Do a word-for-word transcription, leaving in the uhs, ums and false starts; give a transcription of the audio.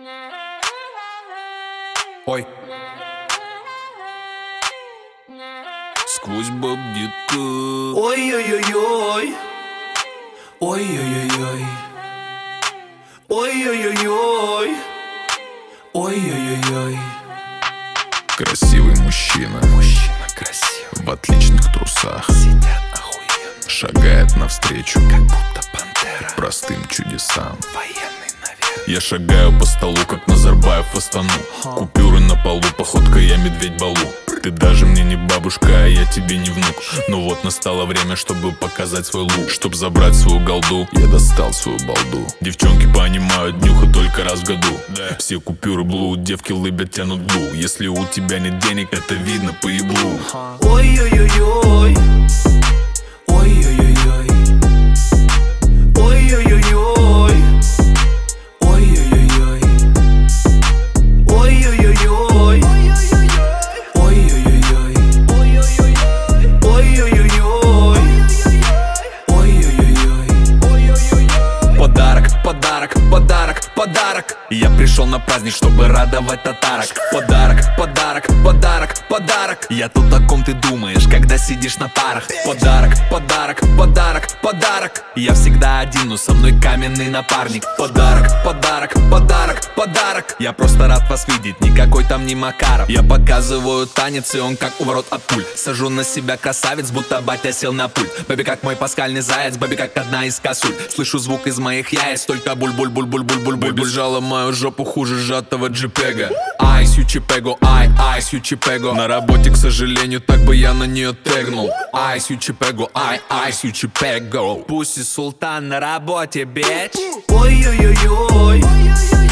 Ой. Сквозь баб где-то. Ой-ой-ой-ой. Ой-ой-ой-ой. Ой-ой-ой-ой. Ой-ой-ой-ой. Красивый мужчина, Мужчина красивый, в отличных трусах, сидят охуенно, шагает навстречу как будто пантера, простым чудесам. военный наверх. Я шагаю по столу, как Назарбаев в Астану. Купюры на полу, походка я медведь Балу. Ты даже мне не бабушка, а я тебе не внук. Но вот настало время, чтобы показать свой лук. Чтоб забрать свою голду, я достал свою балду. Девчонки понимают, днюха только раз в году. Все купюры блу, девки лыбят, тянут блу. Если у тебя нет денег, это видно по еблу. Ой-ой-ой-ой. Ой-ой-ой-ой. Ой-ой-ой-ой. Ой-ой-ой-ой. Ой-ой-ой-ой. Ой-ой-ой-ой. Ой-ой-ой-ой. Ой-ой-ой-ой. Подарок, подарок, подарок, подарок. Я пришел на праздник, чтобы радовать татарок. Подарок, подарок, подарок, подарок. Я тут о ком ты думаешь, когда сидишь на парах. Подарок, подарок, подарок, подарок. Я всегда один, но со мной каменный напарник. Подарок, подарок, подарок, подарок. Я просто рад вас видеть, никакой там не Макаров. Я показываю танец, и он как у ворот от пуль. Сажу на себя красавец, будто батя сел на пульт. Бэби как мой пасхальный заяц, бэби как одна из косуль. Слышу звук из моих яиц, только буль-буль-буль-буль-буль-буль-буль. Бежала мою жопу хуже сжатого джипега. Айс ючипего, ай, айс ючипего. На работе, к сожалению, так бы я на нее тегнул. Айс ючипего, ай, айс ючипего. Пусть и султан на работе, бич. Ой-ой-ой-ой.